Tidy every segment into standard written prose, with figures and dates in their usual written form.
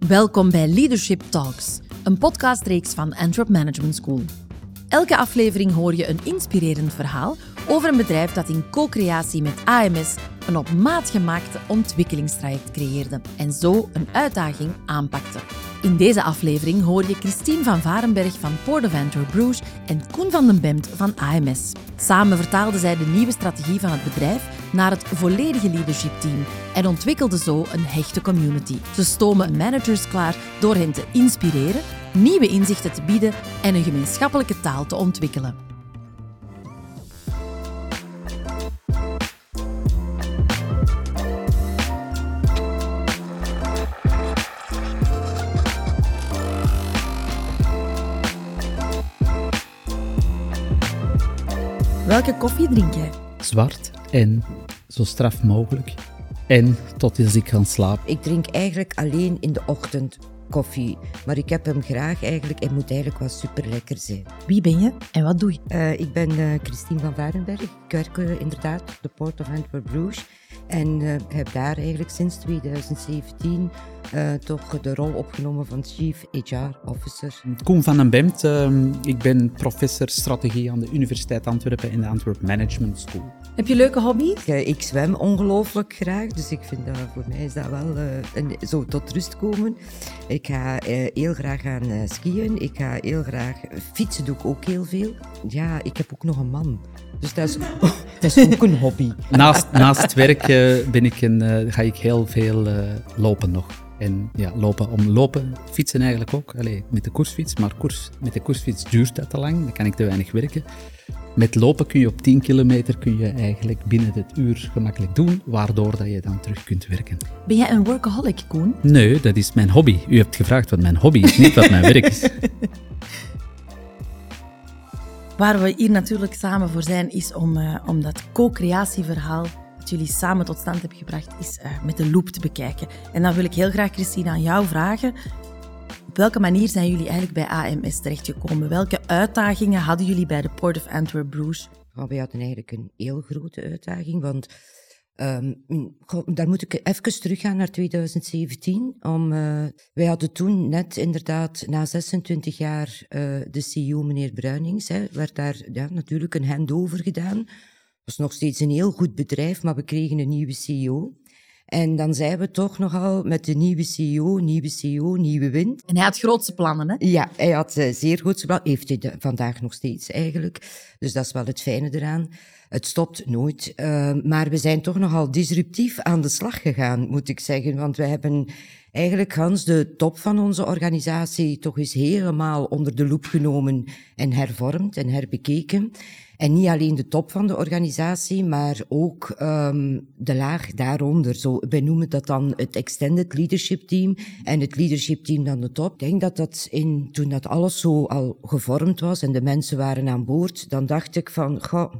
Welkom bij Leadership Talks, een podcastreeks van Antwerp Management School. Elke aflevering hoor je een inspirerend verhaal over een bedrijf dat in co-creatie met AMS een op maat gemaakte ontwikkelingstraject creëerde en zo een uitdaging aanpakte. In deze aflevering hoor je Christine van Varenberg van Port of Antwerp Bruges en Koen van den Bemt van AMS. Samen vertaalden zij de nieuwe strategie van het bedrijf naar het volledige leadership team en ontwikkelden zo een hechte community. Ze stomen managers klaar door hen te inspireren, nieuwe inzichten te bieden en een gemeenschappelijke taal te ontwikkelen. Welke koffie drink jij? Zwart en zo straf mogelijk. En tot als ik ga slapen. Ik drink eigenlijk alleen in de ochtend koffie. Maar ik heb hem graag eigenlijk. Hij moet eigenlijk wel super lekker zijn. Wie ben je en wat doe je? Ik ben Christine van Varenberg. Ik werk inderdaad op de Port of Antwerp Bruges. En heb daar eigenlijk sinds 2017 toch de rol opgenomen van Chief HR Officer. Koen van den Bemt, ik ben professor strategie aan de Universiteit Antwerpen in de Antwerp Management School. Heb je leuke hobby's? Ik zwem ongelooflijk graag, dus ik vind dat voor mij is dat wel zo tot rust komen. Ik ga heel graag gaan skiën, ik ga heel graag fietsen, doe ik ook heel veel. Ja, ik heb ook nog een man, dus dat is ook een hobby. Naast werk ga ik heel veel lopen nog. En ja, lopen, fietsen eigenlijk ook. Met de koersfiets, maar met de koersfiets duurt dat te lang, dan kan ik te weinig werken. Met lopen kun je op 10 kilometer eigenlijk binnen het uur gemakkelijk doen, waardoor dat je dan terug kunt werken. Ben jij een workaholic, Koen? Nee, dat is mijn hobby. U hebt gevraagd wat mijn hobby is, niet wat mijn werk is. Waar we hier natuurlijk samen voor zijn, is om dat co-creatieverhaal dat jullie samen tot stand hebben gebracht, is met de loop te bekijken. En dan wil ik heel graag, Christine, aan jou vragen. Op welke manier zijn jullie eigenlijk bij AMS terechtgekomen? Welke uitdagingen hadden jullie bij de Port of Antwerp Bruges? We hadden eigenlijk een heel grote uitdaging, want daar moet ik even teruggaan naar 2017. Wij hadden toen net inderdaad, na 26 jaar, de CEO, meneer Bruinings, werd daar natuurlijk een handover gedaan. Het was nog steeds een heel goed bedrijf, maar we kregen een nieuwe CEO. En dan zijn we toch nogal met de nieuwe CEO, nieuwe wind. En hij had grootste plannen, hè? Ja, hij had zeer grootste plannen. Heeft hij vandaag nog steeds eigenlijk. Dus dat is wel het fijne eraan. Het stopt nooit. Maar we zijn toch nogal disruptief aan de slag gegaan, moet ik zeggen. Want we hebben eigenlijk gans de top van onze organisatie toch eens helemaal onder de loep genomen en hervormd en herbekeken. En niet alleen de top van de organisatie, maar ook de laag daaronder. Wij noemen dat dan het Extended Leadership Team en het Leadership Team dan de top. Ik denk toen dat alles zo al gevormd was en de mensen waren aan boord, dan dacht ik van,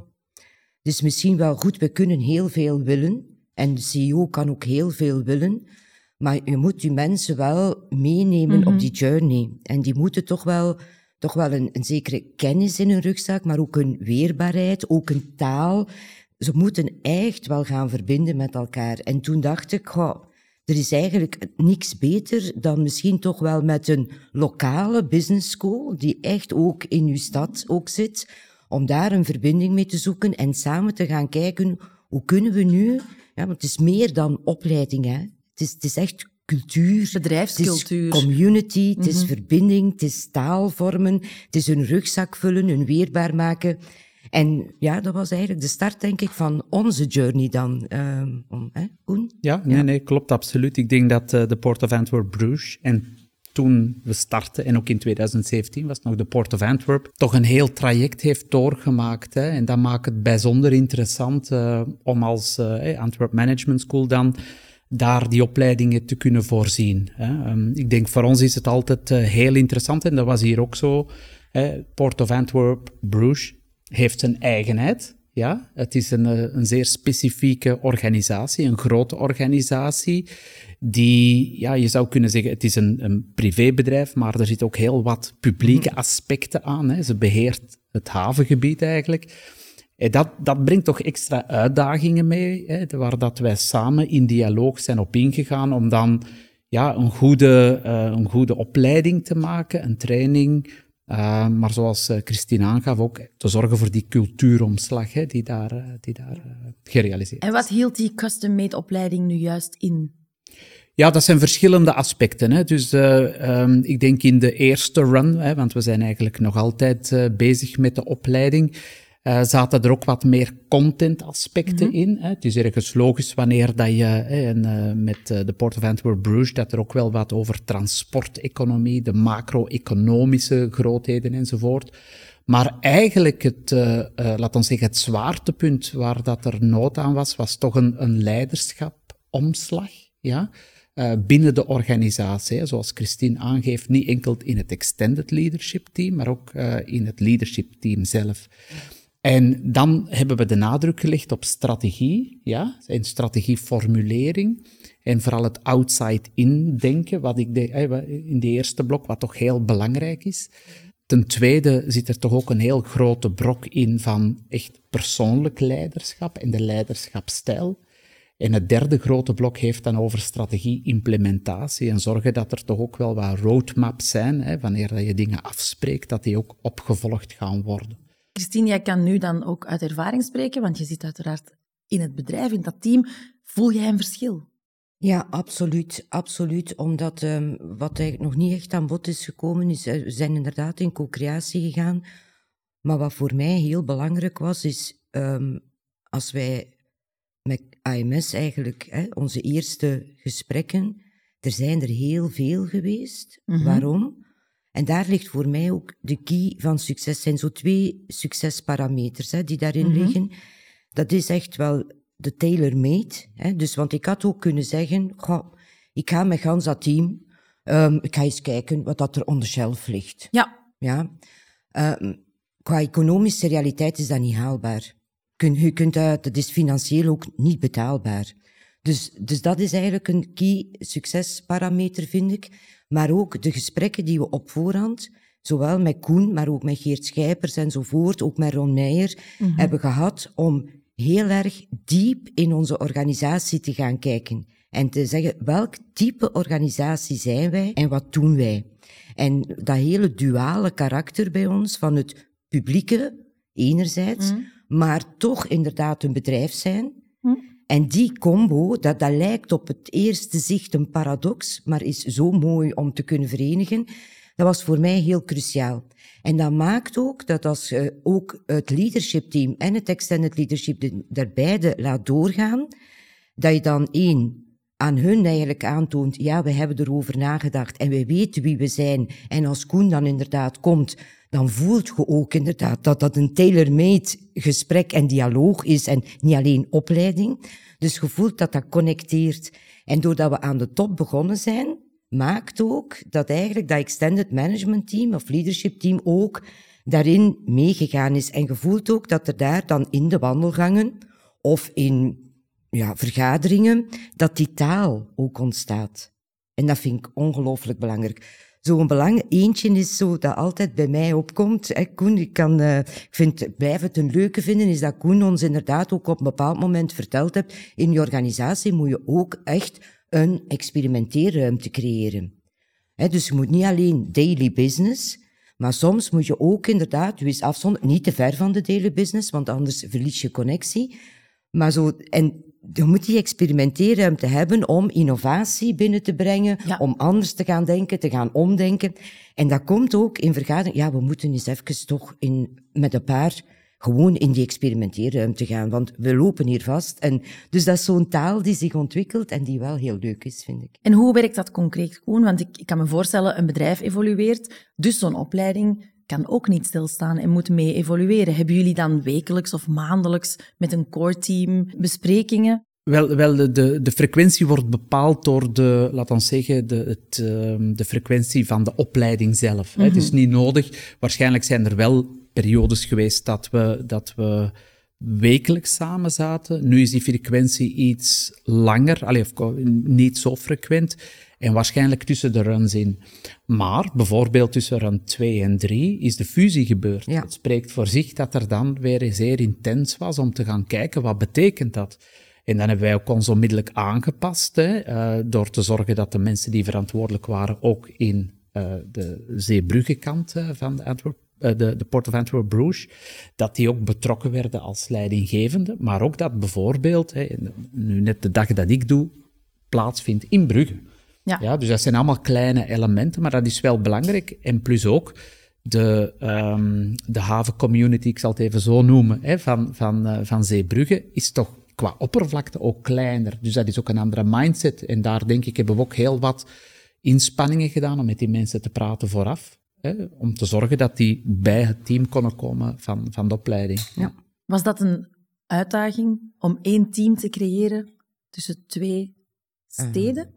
het is misschien wel goed, we kunnen heel veel willen en de CEO kan ook heel veel willen, maar je moet die mensen wel meenemen op die journey. En die moeten toch wel een zekere kennis in hun rugzak, maar ook een weerbaarheid, ook een taal. Ze moeten echt wel gaan verbinden met elkaar. En toen dacht ik, er is eigenlijk niks beter dan misschien toch wel met een lokale business school, die echt ook in uw stad ook zit, om daar een verbinding mee te zoeken en samen te gaan kijken, hoe kunnen we nu, want het is meer dan opleiding, hè. Het is echt cultuur, bedrijfscultuur, het is community, het is verbinding, het is taal vormen, het is een rugzak vullen, een weerbaar maken. En ja, dat was eigenlijk de start, denk ik, van onze journey dan. Koen? Ja, nee, klopt, absoluut. Ik denk dat de Port of Antwerp Bruges, en toen we startten, en ook in 2017 was het nog de Port of Antwerp, toch een heel traject heeft doorgemaakt. Hè, en dat maakt het bijzonder interessant om als Antwerp Management School dan daar die opleidingen te kunnen voorzien. Ik denk, voor ons is het altijd heel interessant, en dat was hier ook zo. Port of Antwerp Bruges heeft zijn eigenheid. Ja? Het is een zeer specifieke organisatie, een grote organisatie, die, je zou kunnen zeggen, het is een privébedrijf, maar er zitten ook heel wat publieke aspecten aan. Hè. Ze beheert het havengebied eigenlijk. Dat brengt toch extra uitdagingen mee, waar dat wij samen in dialoog zijn op ingegaan, om dan een goede opleiding te maken, een training, maar zoals Christine aangaf, ook te zorgen voor die cultuuromslag die daar gerealiseerd is. En wat hield die custom-made opleiding nu juist in? Ja, dat zijn verschillende aspecten. Hè. Dus ik denk in de eerste run, want we zijn eigenlijk nog altijd bezig met de opleiding, zaten er ook wat meer content-aspecten in. Hè. Het is ergens logisch wanneer dat je met de Port of Antwerp Bruges, dat er ook wel wat over transporteconomie, de macro-economische grootheden enzovoort. Maar eigenlijk laat ons zeggen, het zwaartepunt waar dat er nood aan was toch een leiderschapomslag, ja. Binnen de organisatie, zoals Christine aangeeft, niet enkel in het extended leadership team, maar ook in het leadership team zelf. En dan hebben we de nadruk gelegd op strategie, ja, en strategieformulering, en vooral het outside-in denken, wat ik in de eerste blok, wat toch heel belangrijk is. Ten tweede zit er toch ook een heel grote brok in van echt persoonlijk leiderschap en de leiderschapsstijl. En het derde grote blok heeft dan over strategie-implementatie en zorgen dat er toch ook wel wat roadmaps zijn, wanneer je dingen afspreekt, dat die ook opgevolgd gaan worden. Christine, jij kan nu dan ook uit ervaring spreken, want je zit uiteraard in het bedrijf, in dat team. Voel jij een verschil? Ja, absoluut. Absoluut. Omdat wat eigenlijk nog niet echt aan bod is gekomen, is we zijn inderdaad in co-creatie gegaan. Maar wat voor mij heel belangrijk was, is als wij met AMS eigenlijk, onze eerste gesprekken, er zijn er heel veel geweest. Waarom? En daar ligt voor mij ook de key van succes. Er zijn zo 2 succesparameters die daarin liggen. Dat is echt wel de tailor-made. Dus, want ik had ook kunnen zeggen, ik ga met gans dat team, ik ga eens kijken wat dat er on the shelf ligt. Ja. Qua economische realiteit is dat niet haalbaar. Dat is financieel ook niet betaalbaar. Dus dat is eigenlijk een key succesparameter, vind ik. Maar ook de gesprekken die we op voorhand, zowel met Koen, maar ook met Geert Schijpers enzovoort, ook met Ron Meijer, hebben gehad om heel erg diep in onze organisatie te gaan kijken. En te zeggen, welk type organisatie zijn wij en wat doen wij? En dat hele duale karakter bij ons, van het publieke, enerzijds, maar toch inderdaad een bedrijf zijn. En die combo, dat lijkt op het eerste zicht een paradox, maar is zo mooi om te kunnen verenigen, dat was voor mij heel cruciaal. En dat maakt ook dat als je ook het leadership team en het extended leadership daar beide laat doorgaan, dat je dan aan hun eigenlijk aantoont, ja, we hebben erover nagedacht en wij weten wie we zijn. En als Koen dan inderdaad komt, dan voelt je ook inderdaad dat dat een tailor-made gesprek en dialoog is en niet alleen opleiding. Dus je voelt dat dat connecteert. En doordat we aan de top begonnen zijn, maakt ook dat eigenlijk dat extended management team of leadership team ook daarin meegegaan is. En je voelt ook dat er daar dan in de wandelgangen of in vergaderingen, dat die taal ook ontstaat. En dat vind ik ongelooflijk belangrijk. Zo'n eentje is zo dat altijd bij mij opkomt. Koen, blijf het een leuke vinden, is dat Koen ons inderdaad ook op een bepaald moment verteld hebt, in je organisatie moet je ook echt een experimenteerruimte creëren. Dus je moet niet alleen daily business, maar soms moet je ook inderdaad je eens afzonderen, niet te ver van de daily business, want anders verlies je connectie. Maar je moet die experimenteerruimte hebben om innovatie binnen te brengen, om anders te gaan denken, te gaan omdenken. En dat komt ook in vergaderingen. Ja, we moeten eens even toch met een paar gewoon in die experimenteerruimte gaan, want we lopen hier vast. En dus dat is zo'n taal die zich ontwikkelt en die wel heel leuk is, vind ik. En hoe werkt dat concreet, Koen? Want ik kan me voorstellen, een bedrijf evolueert, dus zo'n opleiding kan ook niet stilstaan en moet mee evolueren. Hebben jullie dan wekelijks of maandelijks met een core team besprekingen? Wel, de frequentie wordt bepaald door de frequentie van de opleiding zelf. Het is niet nodig. Waarschijnlijk zijn er wel periodes geweest dat we wekelijks samen zaten. Nu is die frequentie iets langer, of niet zo frequent. En waarschijnlijk tussen de runs in. Maar bijvoorbeeld tussen run 2 en 3 is de fusie gebeurd. Ja. Het spreekt voor zich dat er dan weer zeer intens was om te gaan kijken, wat betekent dat? En dan hebben wij ook ons onmiddellijk aangepast, door te zorgen dat de mensen die verantwoordelijk waren ook in de Zeebrugge-kant van de Port of Antwerp-Bruges, dat die ook betrokken werden als leidinggevende, maar ook dat bijvoorbeeld, nu net de dag dat ik doe, plaatsvindt in Brugge. Ja, dus dat zijn allemaal kleine elementen, maar dat is wel belangrijk. En plus ook de havencommunity, ik zal het even zo noemen, van Zeebrugge, is toch qua oppervlakte ook kleiner. Dus dat is ook een andere mindset. En daar, denk ik, hebben we ook heel wat inspanningen gedaan om met die mensen te praten vooraf. Om te zorgen dat die bij het team konden komen van de opleiding. Ja. Was dat een uitdaging om 1 team te creëren tussen 2 steden?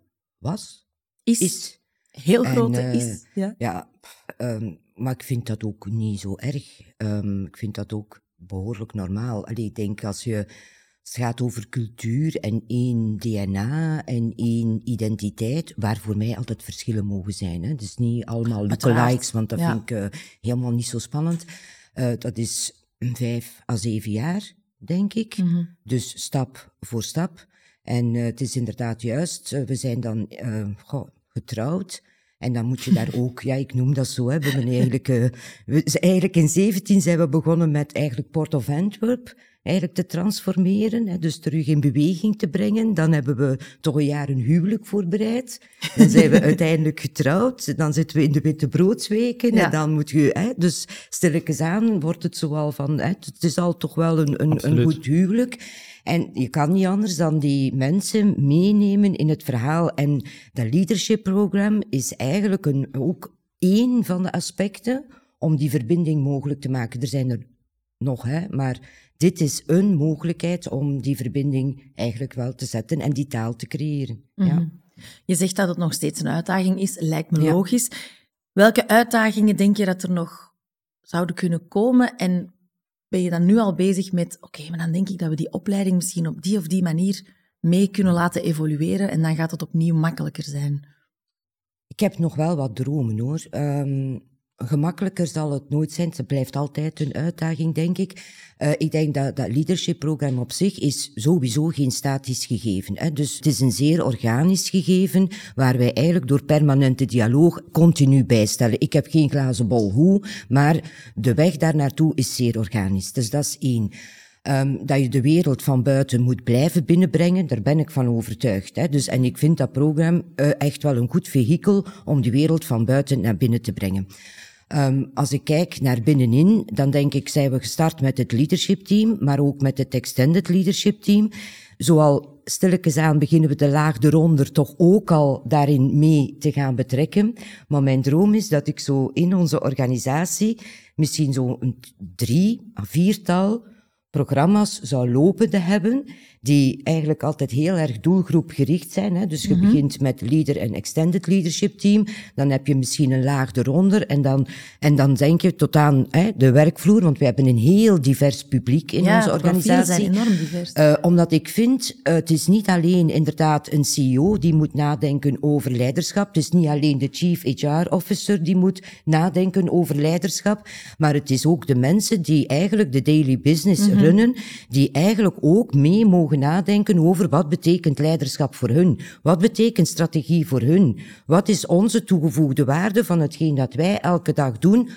Is. Heel grote is. Ja. Maar ik vind dat ook niet zo erg. Ik vind dat ook behoorlijk normaal. Allee, ik denk als het gaat over cultuur en 1 DNA en 1 identiteit, waar voor mij altijd verschillen mogen zijn. Hè. Dus niet allemaal lookalikes, want dat vind ik helemaal niet zo spannend. Dat is 5 à 7 jaar, denk ik. Mm-hmm. Dus stap voor stap. En het is inderdaad juist, we zijn dan getrouwd. En dan moet je daar ook, ik noem dat zo, we hebben eigenlijk in 2017 zijn we begonnen met eigenlijk Port of Antwerp te transformeren, dus terug in beweging te brengen. Dan hebben we toch een jaar een huwelijk voorbereid. Dan zijn we uiteindelijk getrouwd. Dan zitten we in de wittebroodsweken. Ja. En dan moet je, dus stilletjes aan wordt het zoal van, het is al toch wel een goed huwelijk. En je kan niet anders dan die mensen meenemen in het verhaal. En dat leadership program is eigenlijk ook 1 van de aspecten om die verbinding mogelijk te maken. Er zijn er nog, maar dit is een mogelijkheid om die verbinding eigenlijk wel te zetten en die taal te creëren. Mm-hmm. Ja. Je zegt dat het nog steeds een uitdaging is, lijkt me logisch. Welke uitdagingen denk je dat er nog zouden kunnen komen? En ben je dan nu al bezig met, oké, maar dan denk ik dat we die opleiding misschien op die of die manier mee kunnen laten evolueren en dan gaat het opnieuw makkelijker zijn? Ik heb nog wel wat dromen, hoor. Gemakkelijker zal het nooit zijn. Het blijft altijd een uitdaging, denk ik. Ik denk dat leadership-programma op zich is sowieso geen statisch gegeven. Dus het is een zeer organisch gegeven, waar wij eigenlijk door permanente dialoog continu bijstellen. Ik heb geen glazen bol hoe, maar de weg daar naartoe is zeer organisch. Dus dat is 1. Dat je de wereld van buiten moet blijven binnenbrengen, daar ben ik van overtuigd. Dus, en ik vind dat programma echt wel een goed vehikel om de wereld van buiten naar binnen te brengen. Als ik kijk naar binnenin, dan denk ik, zijn we gestart met het leadership team, maar ook met het extended leadership team. Zoal stilletjes aan beginnen we de laag eronder toch ook al daarin mee te gaan betrekken. Maar mijn droom is dat ik zo in onze organisatie misschien zo'n 3 à 4-tal programma's zou lopende hebben, die eigenlijk altijd heel erg doelgroepgericht zijn. Dus je begint met leader en extended leadership team, dan heb je misschien een laag eronder en dan denk je tot aan de werkvloer, want we hebben een heel divers publiek in onze organisatie. Zijn enorm divers. Omdat ik vind, het is niet alleen inderdaad een CEO die moet nadenken over leiderschap, het is niet alleen de chief HR officer die moet nadenken over leiderschap, maar het is ook de mensen die eigenlijk de daily business runnen, die eigenlijk ook mee mogen nadenken over wat betekent leiderschap voor hun, wat betekent strategie voor hun, wat is onze toegevoegde waarde van hetgeen dat wij elke dag doen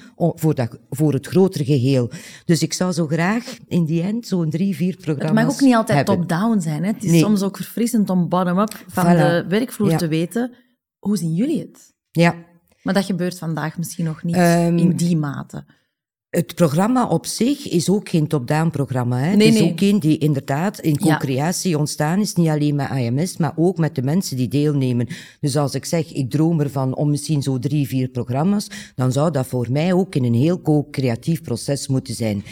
voor het grotere geheel. Dus ik zou zo graag in die end zo'n 3-4 programma's Het mag ook niet altijd hebben. top-down zijn. Het is soms ook verfrissend om bottom-up van de werkvloer te weten. Hoe zien jullie het? Ja. Maar dat gebeurt vandaag misschien nog niet in die mate. Het programma op zich is ook geen top-down programma. Nee, het is ook een die inderdaad in co-creatie ontstaan is, niet alleen met AMS, maar ook met de mensen die deelnemen. Dus als ik zeg, ik droom ervan om misschien zo 3-4 programma's, dan zou dat voor mij ook in een heel co-creatief proces moeten zijn.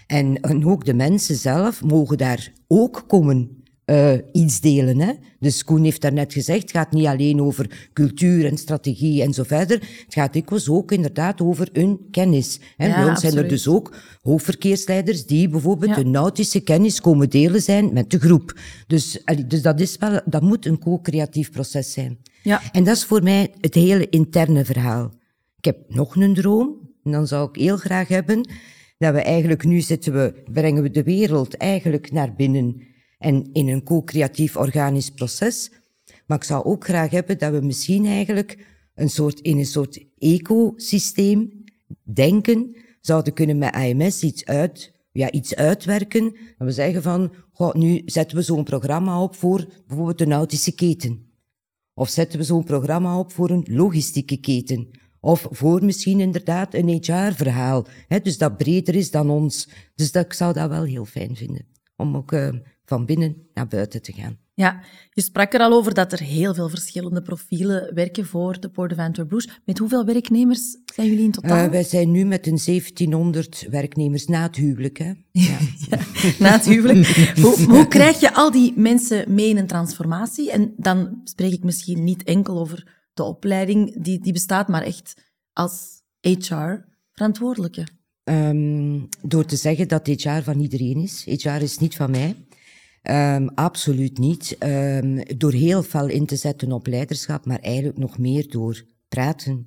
En ook de mensen zelf mogen daar ook komen iets delen. Dus Koen heeft daarnet gezegd, het gaat niet alleen over cultuur en strategie en zo verder. Het gaat dikwijls ook inderdaad over hun kennis. Bij ons zijn er dus ook hoofdverkeersleiders die bijvoorbeeld hun nautische kennis komen delen zijn met de groep. Dus dat moet een co-creatief proces zijn. Ja. En dat is voor mij het hele interne verhaal. Ik heb nog een droom, en dan zou ik heel graag hebben dat we eigenlijk, brengen we de wereld eigenlijk naar binnen. En in een co-creatief organisch proces. Maar ik zou ook graag hebben dat we misschien eigenlijk in een soort ecosysteem denken, zouden kunnen met AMS iets uitwerken. En we zeggen van, nu zetten we zo'n programma op voor bijvoorbeeld een nautische keten. Of zetten we zo'n programma op voor een logistieke keten. Of voor misschien inderdaad een HR-verhaal. Dus dat breder is dan ons. Dus ik zou dat wel heel fijn vinden. Om ook van binnen naar buiten te gaan. Ja, je sprak er al over dat er heel veel verschillende profielen werken voor de Port of Antwerp Bruges. Met hoeveel werknemers zijn jullie in totaal? Wij zijn nu met een 1700 werknemers na het huwelijk. Hè? Ja. Ja, na het huwelijk. Hoe krijg je al die mensen mee in een transformatie? En dan spreek ik misschien niet enkel over de opleiding die bestaat, maar echt als HR-verantwoordelijke. Door te zeggen dat HR van iedereen is. HR is niet van mij. Absoluut niet. Door heel veel in te zetten op leiderschap, maar eigenlijk nog meer door praten,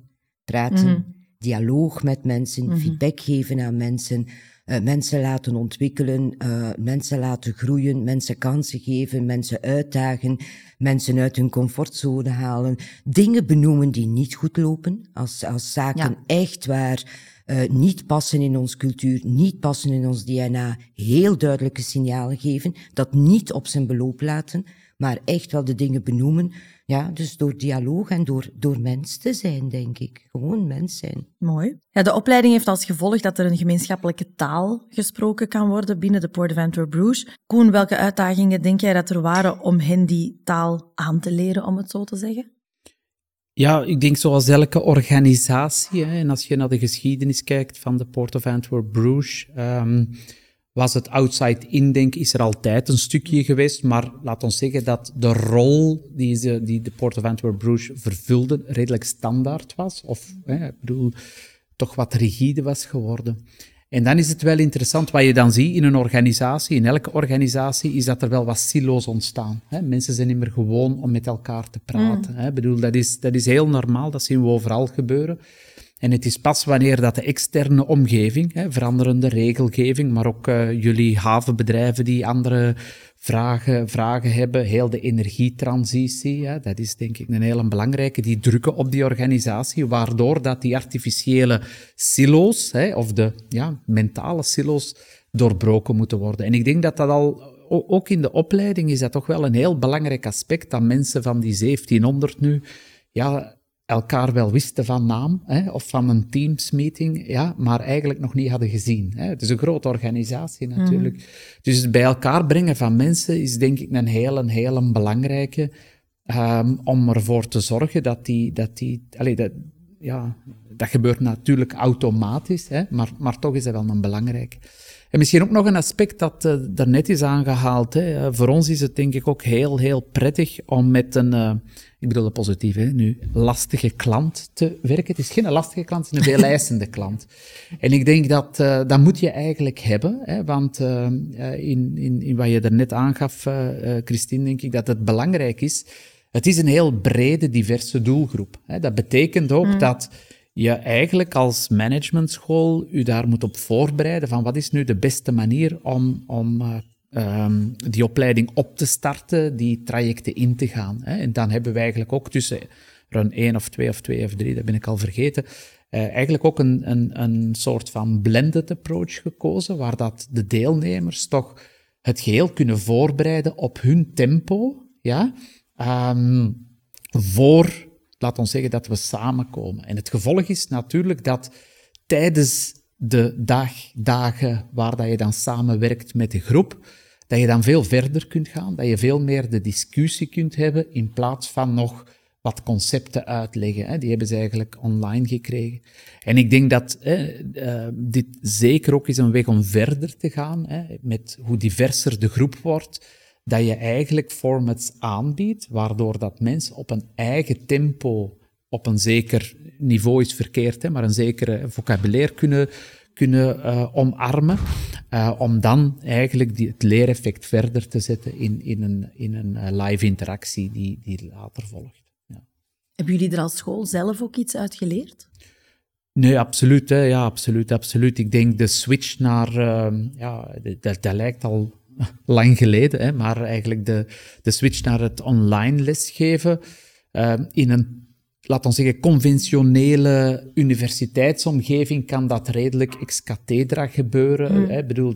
dialoog met mensen, feedback geven aan mensen, mensen laten ontwikkelen, mensen laten groeien, mensen kansen geven, mensen uitdagen, mensen uit hun comfortzone halen, dingen benoemen die niet goed lopen, als zaken echt waar niet passen in onze cultuur, niet passen in ons DNA, heel duidelijke signalen geven, dat niet op zijn beloop laten, maar echt wel de dingen benoemen. Ja, dus door dialoog en door mens te zijn, denk ik. Gewoon mens zijn. Mooi. Ja, de opleiding heeft als gevolg dat er een gemeenschappelijke taal gesproken kan worden binnen de Port of Antwerp Bruges. Koen, welke uitdagingen denk jij dat er waren om hen die taal aan te leren, om het zo te zeggen? Ja, ik denk zoals elke organisatie, en als je naar de geschiedenis kijkt van de Port of Antwerp Bruges, was het outside-in, denk ik, is er altijd een stukje geweest, maar laat ons zeggen dat de rol die de Port of Antwerp Bruges vervulde redelijk standaard was, of ik bedoel, toch wat rigide was geworden. En dan is het wel interessant wat je dan ziet in een organisatie, in elke organisatie, is dat er wel wat silo's ontstaan. Mensen zijn niet meer gewoon om met elkaar te praten. Ik bedoel, dat is heel normaal, dat zien we overal gebeuren. En het is pas wanneer dat de externe omgeving, veranderende regelgeving, maar ook jullie havenbedrijven die andere vragen hebben, heel de energietransitie, dat is denk ik een hele belangrijke, die drukken op die organisatie, waardoor dat die artificiële silo's, of de mentale silo's, doorbroken moeten worden. En ik denk dat dat ook in de opleiding is dat toch wel een heel belangrijk aspect, dat mensen van die 1700 nu, elkaar wel wisten van naam, of van een Teams-meeting, maar eigenlijk nog niet hadden gezien. Het is een grote organisatie natuurlijk. Dus het bij elkaar brengen van mensen is denk ik een hele belangrijke, om ervoor te zorgen dat gebeurt natuurlijk automatisch, maar toch is dat wel een belangrijke. En misschien ook nog een aspect dat daarnet is aangehaald. Voor ons is het denk ik ook heel prettig om met een, ik bedoel het positief, nu, lastige klant te werken. Het is geen lastige klant, het is een veel eisende klant. En ik denk dat moet je eigenlijk hebben, want in wat je daarnet aangaf, Christine, denk ik dat het belangrijk is. Het is een heel brede, diverse doelgroep. Dat betekent ook dat je eigenlijk als managementschool je daar moet op voorbereiden van wat is nu de beste manier om die opleiding op te starten, die trajecten in te gaan. En dan hebben we eigenlijk ook tussen run 1 of 2 of 2 of 3, dat ben ik al vergeten, eigenlijk ook een soort van blended approach gekozen, waar dat de deelnemers toch het geheel kunnen voorbereiden op hun tempo, laat ons zeggen dat we samenkomen. En het gevolg is natuurlijk dat tijdens de dagen waar dat je dan samenwerkt met de groep, dat je dan veel verder kunt gaan, dat je veel meer de discussie kunt hebben, in plaats van nog wat concepten uitleggen. Die hebben ze eigenlijk online gekregen. En ik denk dat dit zeker ook is een weg om verder te gaan, met hoe diverser de groep wordt, dat je eigenlijk formats aanbiedt, waardoor dat mensen op een eigen tempo, op een zeker niveau is verkeerd, maar een zekere vocabulaire kunnen omarmen, om dan eigenlijk het leereffect verder te zetten in een live interactie die later volgt. Ja. Hebben jullie er als school zelf ook iets uit geleerd? Nee, absoluut. Ja, absoluut. Ik denk de switch naar... dat lijkt al lang geleden, hè, maar eigenlijk de switch naar het online lesgeven in een, laten we zeggen, conventionele universiteitsomgeving kan dat redelijk ex cathedra gebeuren. Hè. Ik bedoel,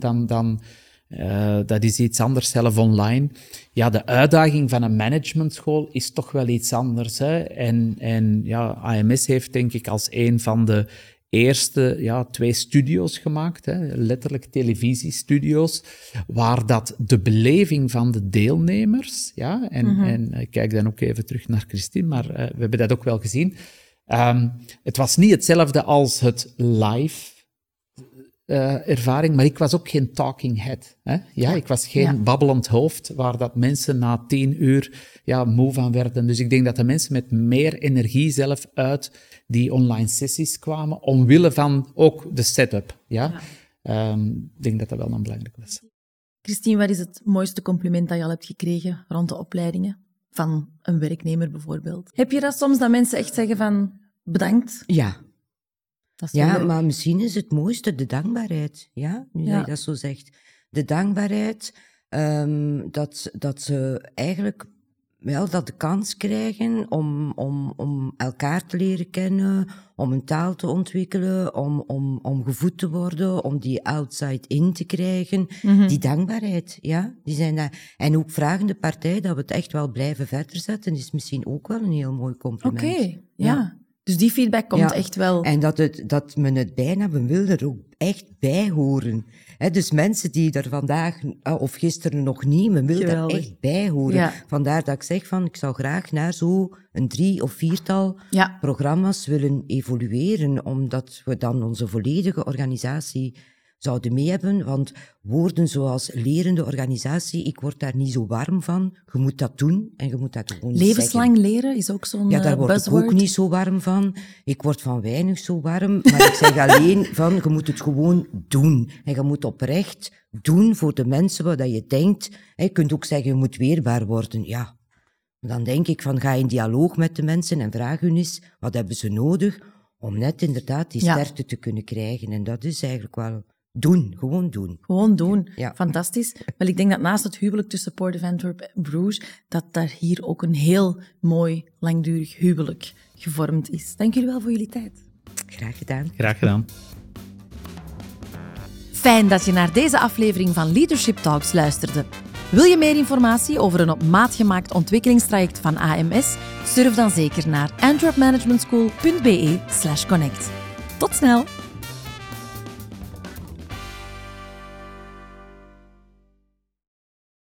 dat is iets anders, zelf online. Ja, de uitdaging van een managementschool is toch wel iets anders. Hè. En ja, AMS heeft denk ik als een van de eerste 2 studio's gemaakt, hè, letterlijk televisiestudio's, waar dat de beleving van de deelnemers, ja, en ik kijk dan ook even terug naar Christine, maar we hebben dat ook wel gezien. Het was niet hetzelfde als het live ervaring, maar ik was ook geen talking head. Hè? Ja, ik was geen babbelend hoofd, waar dat mensen na 10 uur moe van werden. Dus ik denk dat de mensen met meer energie zelf uit die online sessies kwamen, omwille van ook de setup. Ja? Ik denk dat dat wel een belangrijk was. Christine, wat is het mooiste compliment dat je al hebt gekregen rond de opleidingen? Van een werknemer bijvoorbeeld. Heb je dat soms, dat mensen echt zeggen van bedankt? Ja. Ja, maar misschien is het mooiste de dankbaarheid. Ja, nu dat je dat zo zegt. De dankbaarheid, dat ze eigenlijk wel dat de kans krijgen om elkaar te leren kennen, om een taal te ontwikkelen, om gevoed te worden, om die outside in te krijgen. Die dankbaarheid, ja, die zijn daar. En ook vragende partij, dat we het echt wel blijven verder zetten, is misschien ook wel een heel mooi compliment. Oké, ja. Dus die feedback komt echt wel... En dat men het bijna, men wil er ook echt bij horen. Dus mensen die er vandaag of gisteren nog niet, men wil er echt bij horen. Ja. Vandaar dat ik zeg van, ik zou graag naar zo een 3 of 4-tal programma's willen evolueren, omdat we dan onze volledige organisatie zouden mee hebben, want woorden zoals lerende organisatie, ik word daar niet zo warm van. Je moet dat doen en je moet dat gewoon levenslang leren is ook zo'n daar word buzzword. Ik ook niet zo warm van. Ik word van weinig zo warm, maar ik zeg alleen van, je moet het gewoon doen. En je moet oprecht doen voor de mensen wat je denkt. Je kunt ook zeggen, je moet weerbaar worden. Ja, dan denk ik van, ga in dialoog met de mensen en vraag hun eens, wat hebben ze nodig om net inderdaad die sterkte te kunnen krijgen. En dat is eigenlijk wel... Doen, gewoon doen. Gewoon doen, fantastisch. Wel, ik denk dat naast het huwelijk tussen Port of Antwerp en Bruges, dat daar hier ook een heel mooi, langdurig huwelijk gevormd is. Dank jullie wel voor jullie tijd. Graag gedaan. Graag gedaan. Fijn dat je naar deze aflevering van Leadership Talks luisterde. Wil je meer informatie over een op maat gemaakt ontwikkelingstraject van AMS? Surf dan zeker naar antwerpmanagementschool.be/connect. Tot snel!